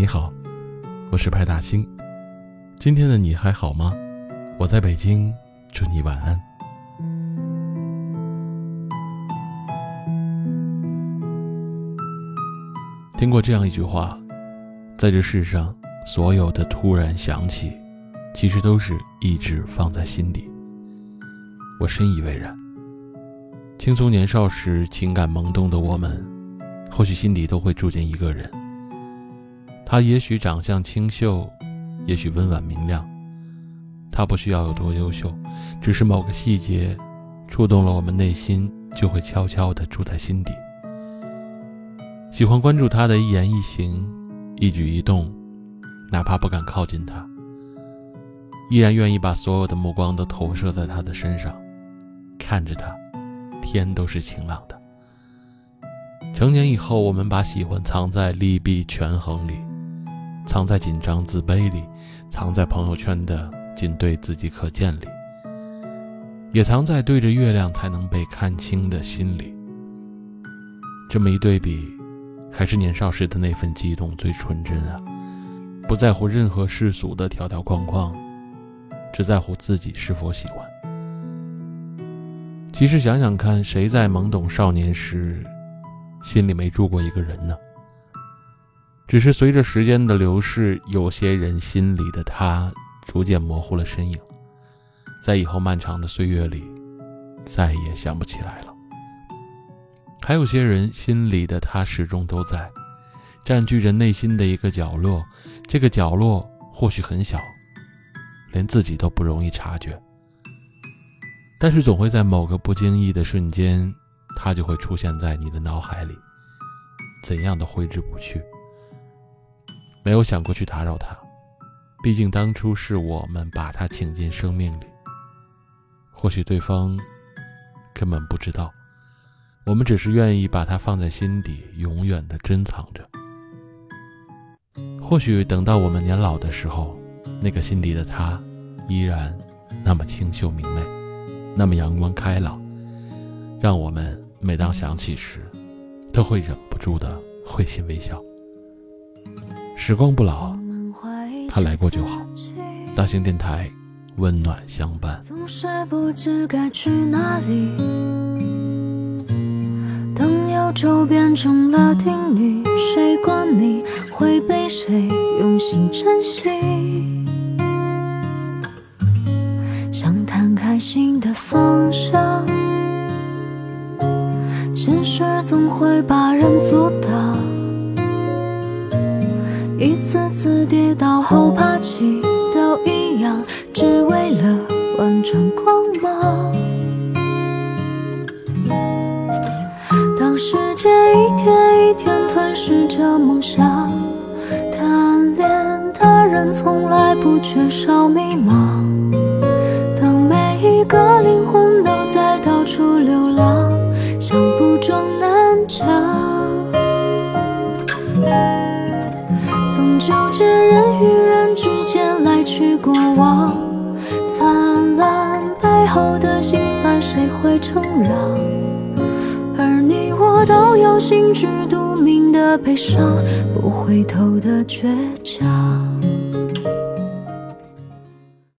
你好，我是派大星。今天的你还好吗？我在北京，祝你晚安。听过这样一句话，在这世上，所有的突然想起，其实都是一直放在心底。我深以为然。轻松年少时，情感萌动的我们，或许心底都会住进一个人。他也许长相清秀，也许温婉明亮，他不需要有多优秀，只是某个细节触动了我们内心，就会悄悄地住在心底。喜欢关注他的一言一行，一举一动，哪怕不敢靠近他，依然愿意把所有的目光都投射在他的身上，看着他，天都是晴朗的。成年以后，我们把喜欢藏在利弊权衡里，藏在紧张自卑里，藏在朋友圈的仅对自己可见里，也藏在对着月亮才能被看清的心里。这么一对比，还是年少时的那份激动最纯真啊！不在乎任何世俗的条条框框，只在乎自己是否喜欢。其实想想看，谁在懵懂少年时心里没住过一个人呢？只是随着时间的流逝，有些人心里的他逐渐模糊了身影，在以后漫长的岁月里再也想不起来了。还有些人心里的他始终都在，占据着内心的一个角落，这个角落或许很小，连自己都不容易察觉，但是总会在某个不经意的瞬间，他就会出现在你的脑海里，怎样的挥之不去。没有想过去打扰他，毕竟当初是我们把他请进生命里，或许对方根本不知道，我们只是愿意把它放在心底，永远地珍藏着。或许等到我们年老的时候，那个心底的他依然那么清秀明媚，那么阳光开朗，让我们每当想起时都会忍不住的会心微笑。时光不老，他来过就好。大型电台，温暖相伴。 总是不知该去哪里，当忧愁变成了定律，谁管你会被谁用心珍惜。想谈开心的方向，现实总会把人阻挡，一次次跌倒后爬起都一样，只为了完成光芒。当世界一天一天吞噬着梦想，贪恋的人从来不缺少迷茫。当每一个灵魂都在到处流浪，想不撞南墙，总纠结人与人之间来去过往，灿烂背后的辛酸谁会承让？而你我都有心知肚明的悲伤，不回头的倔强。